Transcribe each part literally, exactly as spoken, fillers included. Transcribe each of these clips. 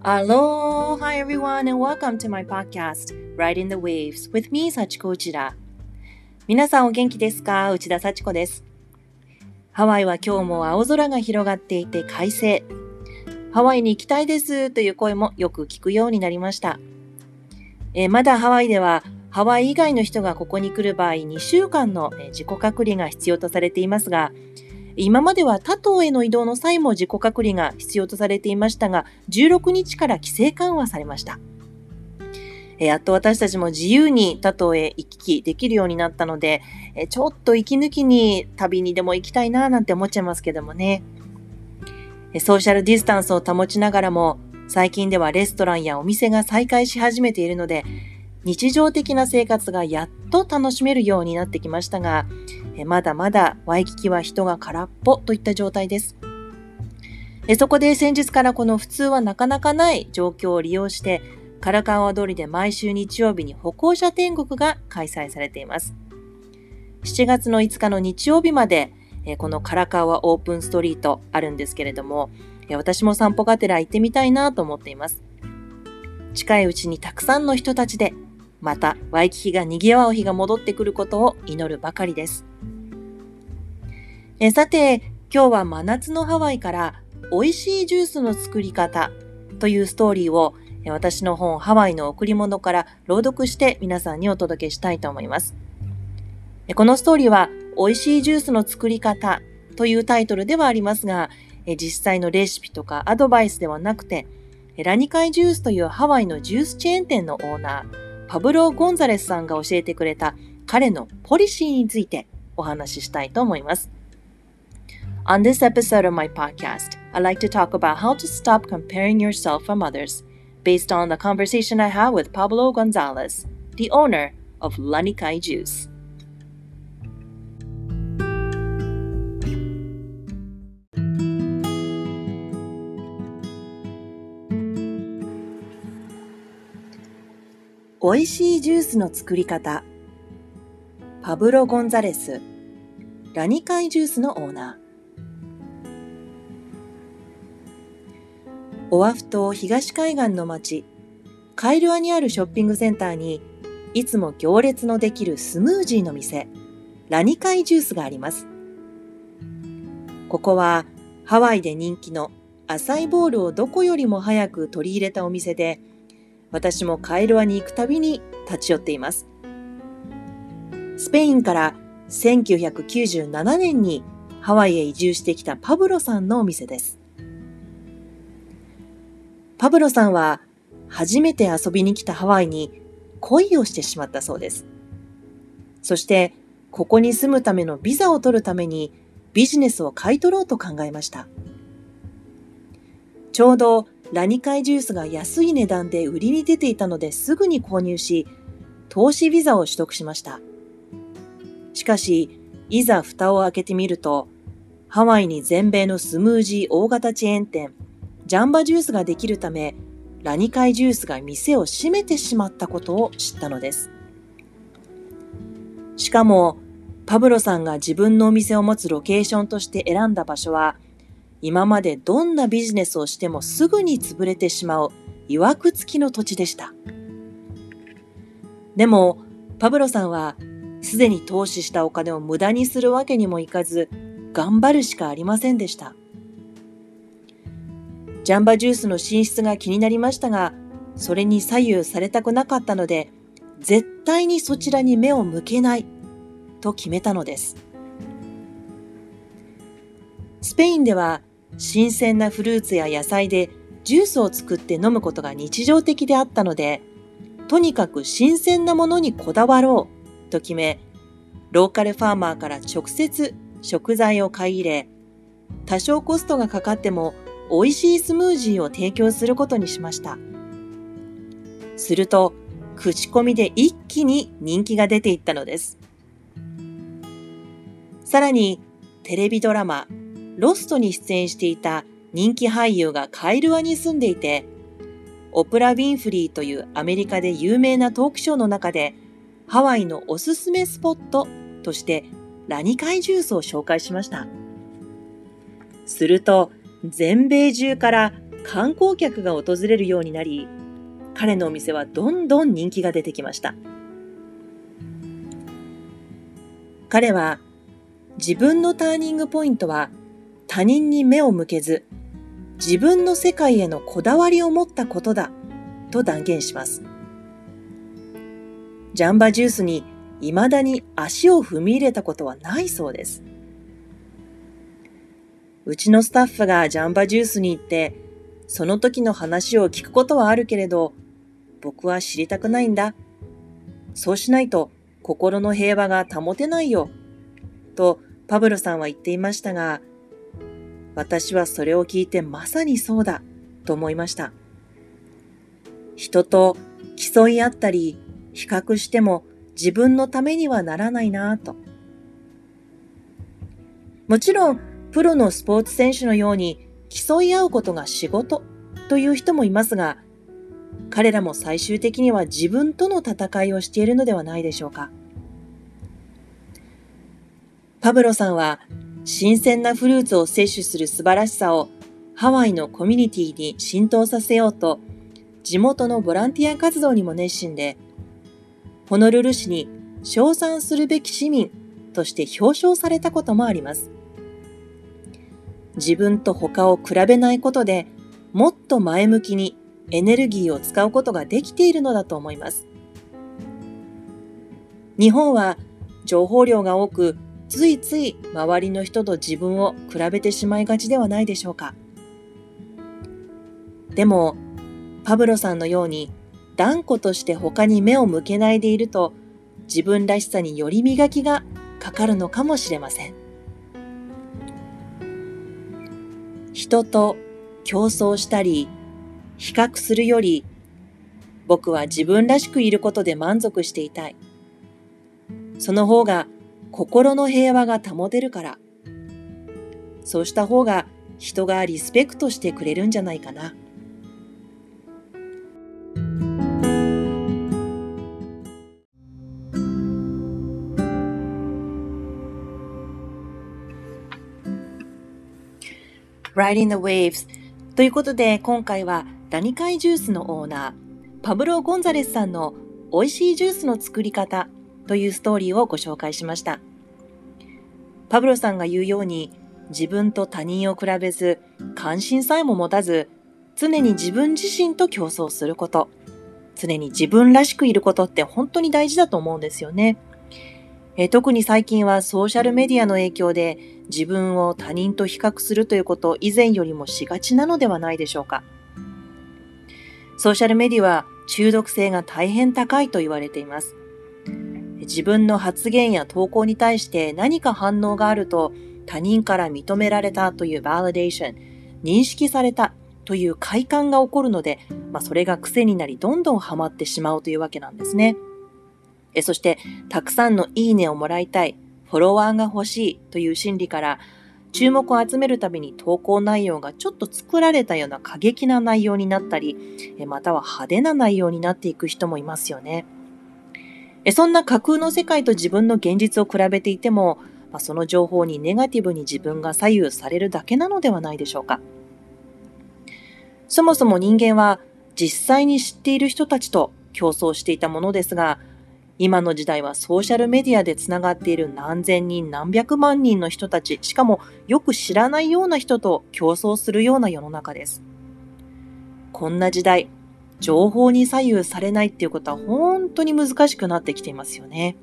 Hello, hi everyone, and welcome to my podcast, Riding the Waves with me, 幸子内田。皆さんお元気ですか？内田幸子です。ハワイは今日も青空が広がっていて快晴。ハワイに行きたいですという声もよく聞くようになりました。えー、まだハワイではハワイ以外の人がここに来る場合にしゅうかんの自己隔離が必要とされていますが、今までは他島への移動の際も自己隔離が必要とされていましたが、じゅうろくにちから規制緩和されました。やっと私たちも自由に他島へ行き来できるようになったので、ちょっと息抜きに旅にでも行きたいななんて思っちゃいますけどもね。ソーシャルディスタンスを保ちながらも、最近ではレストランやお店が再開し始めているので、日常的な生活がやっと楽しめるようになってきましたが、まだまだワイキキは人が空っぽといった状態です。そこで先日からこの普通はなかなかない状況を利用して、カラカウア通りで毎週日曜日に歩行者天国が開催されています。しちがつのいつかの日曜日まで、このカラカウアオープンストリートあるんですけれども、私も散歩がてら行ってみたいなと思っています。近いうちにたくさんの人たちで、またワイキキが賑わう日が戻ってくることを祈るばかりです。えさて、今日は真夏のハワイから美味しいジュースの作り方というストーリーを私の本ハワイの贈り物から朗読して皆さんにお届けしたいと思います。このストーリーは美味しいジュースの作り方というタイトルではありますが、実際のレシピとかアドバイスではなくて、ラニカイジュースというハワイのジュースチェーン店のオーナー、パブロ・ゴンザレスさんが教えてくれた彼のポリシーについてお話ししたいと思います。On this episode of my podcast, I'd like to talk about how to stop comparing yourself from others, based on the conversation I had with Pablo Gonzalez, the owner of Lanikai Juice. 美味しいジュースの作り方。パブロ・ゴンザレス、ラニカイジュースのオーナー。オアフ島東海岸の町、カイルアにあるショッピングセンターに、いつも行列のできるスムージーの店、ラニカイジュースがあります。ここはハワイで人気のアサイボールをどこよりも早く取り入れたお店で、私もカイルアに行くたびに立ち寄っています。スペインからせんきゅうひゃくきゅうじゅうななねんにハワイへ移住してきたパブロさんのお店です。パブロさんは初めて遊びに来たハワイに恋をしてしまったそうです。そしてここに住むためのビザを取るためにビジネスを買い取ろうと考えました。ちょうどラニカイジュースが安い値段で売りに出ていたのですぐに購入し、投資ビザを取得しました。しかし、いざ蓋を開けてみると、ハワイに全米のスムージー大型チェーン店、ジャンバジュースができるため、ラニカイジュースが店を閉めてしまったことを知ったのです。しかも、パブロさんが自分のお店を持つロケーションとして選んだ場所は、今までどんなビジネスをしてもすぐに潰れてしまう曰く付きの土地でした。でも、パブロさんは、すでに投資したお金を無駄にするわけにもいかず、頑張るしかありませんでした。ジャンバジュースの進出が気になりましたが、それに左右されたくなかったので、絶対にそちらに目を向けないと決めたのです。スペインでは新鮮なフルーツや野菜でジュースを作って飲むことが日常的であったので、とにかく新鮮なものにこだわろうと決め、ローカルファーマーから直接食材を買い入れ、多少コストがかかっても美味しいスムージーを提供することにしました。すると、口コミで一気に人気が出ていったのです。さらに、テレビドラマ、ロストに出演していた人気俳優がカイルアに住んでいて、オプラ・ウィンフリーというアメリカで有名なトークショーの中で、ハワイのおすすめスポットとしてラニカイジュースを紹介しました。すると、全米中から観光客が訪れるようになり、彼のお店はどんどん人気が出てきました。彼は自分のターニングポイントは他人に目を向けず、自分の世界へのこだわりを持ったことだと断言します。ジャンバジュースに未だに足を踏み入れたことはないそうです。うちのスタッフがジャンバジュースに行って、その時の話を聞くことはあるけれど、僕は知りたくないんだ。そうしないと心の平和が保てないよ。とパブロさんは言っていましたが、私はそれを聞いてまさにそうだと思いました。人と競い合ったり比較しても自分のためにはならないなぁと。もちろんプロのスポーツ選手のように競い合うことが仕事という人もいますが、彼らも最終的には自分との戦いをしているのではないでしょうか。パブロさんは新鮮なフルーツを摂取する素晴らしさをハワイのコミュニティに浸透させようと、地元のボランティア活動にも熱心で、ホノルル市に称賛するべき市民として表彰されたこともあります。自分と他を比べないことでもっと前向きにエネルギーを使うことができているのだと思います。日本は情報量が多く、ついつい周りの人と自分を比べてしまいがちではないでしょうか。でも、パブロさんのように断固として他に目を向けないでいると、自分らしさにより磨きがかかるのかもしれません。人と競争したり、比較するより、僕は自分らしくいることで満足していたい。その方が心の平和が保てるから。そうした方が人がリスペクトしてくれるんじゃないかな。Riding the Waves ということで、今回はダニカイジュースのオーナーパブロ・ゴンザレスさんの美味しいジュースの作り方というストーリーをご紹介しました。パブロさんが言うように、自分と他人を比べず、関心さえも持たず、常に自分自身と競争すること、常に自分らしくいることって本当に大事だと思うんですよね。え特に最近はソーシャルメディアの影響で自分を他人と比較するということを以前よりもしがちなのではないでしょうか。ソーシャルメディアは中毒性が大変高いと言われています。自分の発言や投稿に対して何か反応があると、他人から認められたというバリデーション、認識されたという快感が起こるので、まあ、それが癖になりどんどんハマってしまうというわけなんですね。えそしてたくさんのいいねをもらいたい、フォロワーが欲しいという心理から、注目を集めるために投稿内容がちょっと作られたような過激な内容になったり、または派手な内容になっていく人もいますよね。そんな架空の世界と自分の現実を比べていても、その情報にネガティブに自分が左右されるだけなのではないでしょうか。そもそも人間は実際に知っている人たちと競争していたものですが、今の時代はソーシャルメディアでつながっている何千人何百万人の人たち、しかもよく知らないような人と競争するような世の中です。こんな時代、情報に左右されないっていうことは本当に難しくなってきていますよね。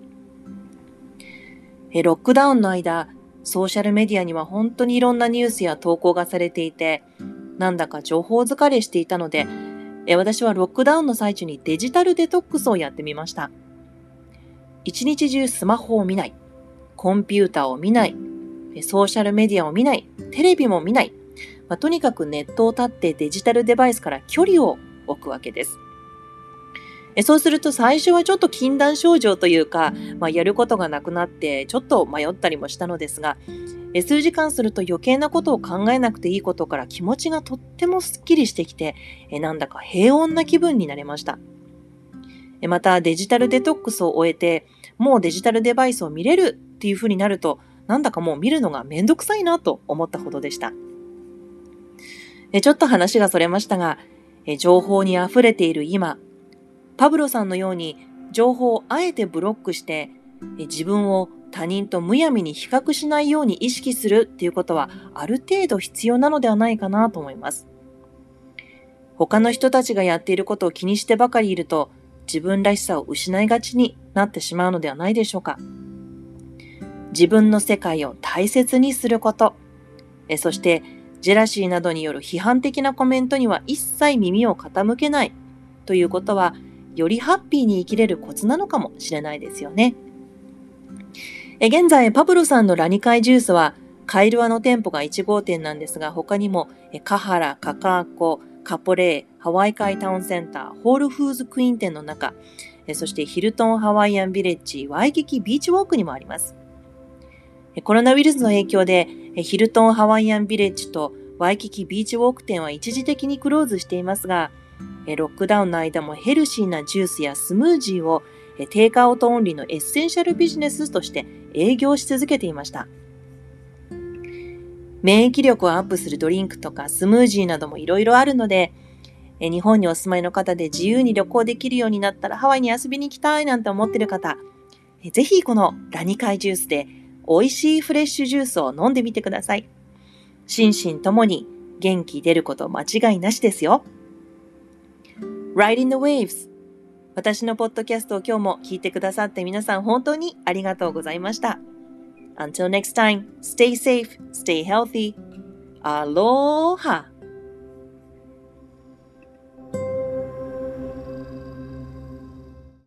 ロックダウンの間、ソーシャルメディアには本当にいろんなニュースや投稿がされていて、なんだか情報疲れしていたので、私はロックダウンの最中にデジタルデトックスをやってみました。一日中スマホを見ない、コンピューターを見ない、ソーシャルメディアを見ない、テレビも見ない、まあ、とにかくネットを立ってデジタルデバイスから距離を置くわけです。そうすると最初はちょっと禁断症状というか、まあ、やることがなくなってちょっと迷ったりもしたのですが、数時間すると余計なことを考えなくていいことから気持ちがとってもすっきりしてきて、なんだか平穏な気分になれました。またデジタルデトックスを終えて、もうデジタルデバイスを見れるっていう風になると、なんだかもう見るのがめんどくさいなと思ったほどでした。 えちょっと話がそれましたが、え情報に溢れている今、パブロさんのように情報をあえてブロックしてえ自分を他人とむやみに比較しないように意識するっていうことはある程度必要なのではないかなと思います。他の人たちがやっていることを気にしてばかりいると自分らしさを失いがちになってしまうのではないでしょうか。自分の世界を大切にすること、えそしてジェラシーなどによる批判的なコメントには一切耳を傾けないということは、よりハッピーに生きれるコツなのかもしれないですよね。え現在、パブロさんのラニカイジュースは、カイルアの店舗がいち号店なんですが、他にもえカハラ、カカアコ、カポレー、ハワイカイタウンセンター、ホールフーズクイーン店の中、えそしてヒルトンハワイアンビレッジ、ワイキキビーチウォークにもあります。コロナウイルスの影響で、ヒルトンハワイアンビレッジとワイキキビーチウォーク店は一時的にクローズしていますが、ロックダウンの間もヘルシーなジュースやスムージーをテイクアウトオンリーのエッセンシャルビジネスとして営業し続けていました。免疫力をアップするドリンクとかスムージーなどもいろいろあるので、日本にお住まいの方で自由に旅行できるようになったらハワイに遊びに行きたいなんて思っている方、ぜひこのラニカイジュースで美味しいフレッシュジュースを飲んでみてください。心身ともに元気出ること間違いなしですよ。Riding the Waves。私のポッドキャストを今日も聞いてくださって皆さん本当にありがとうございました。Until next time, stay safe, stay healthy. Aloha!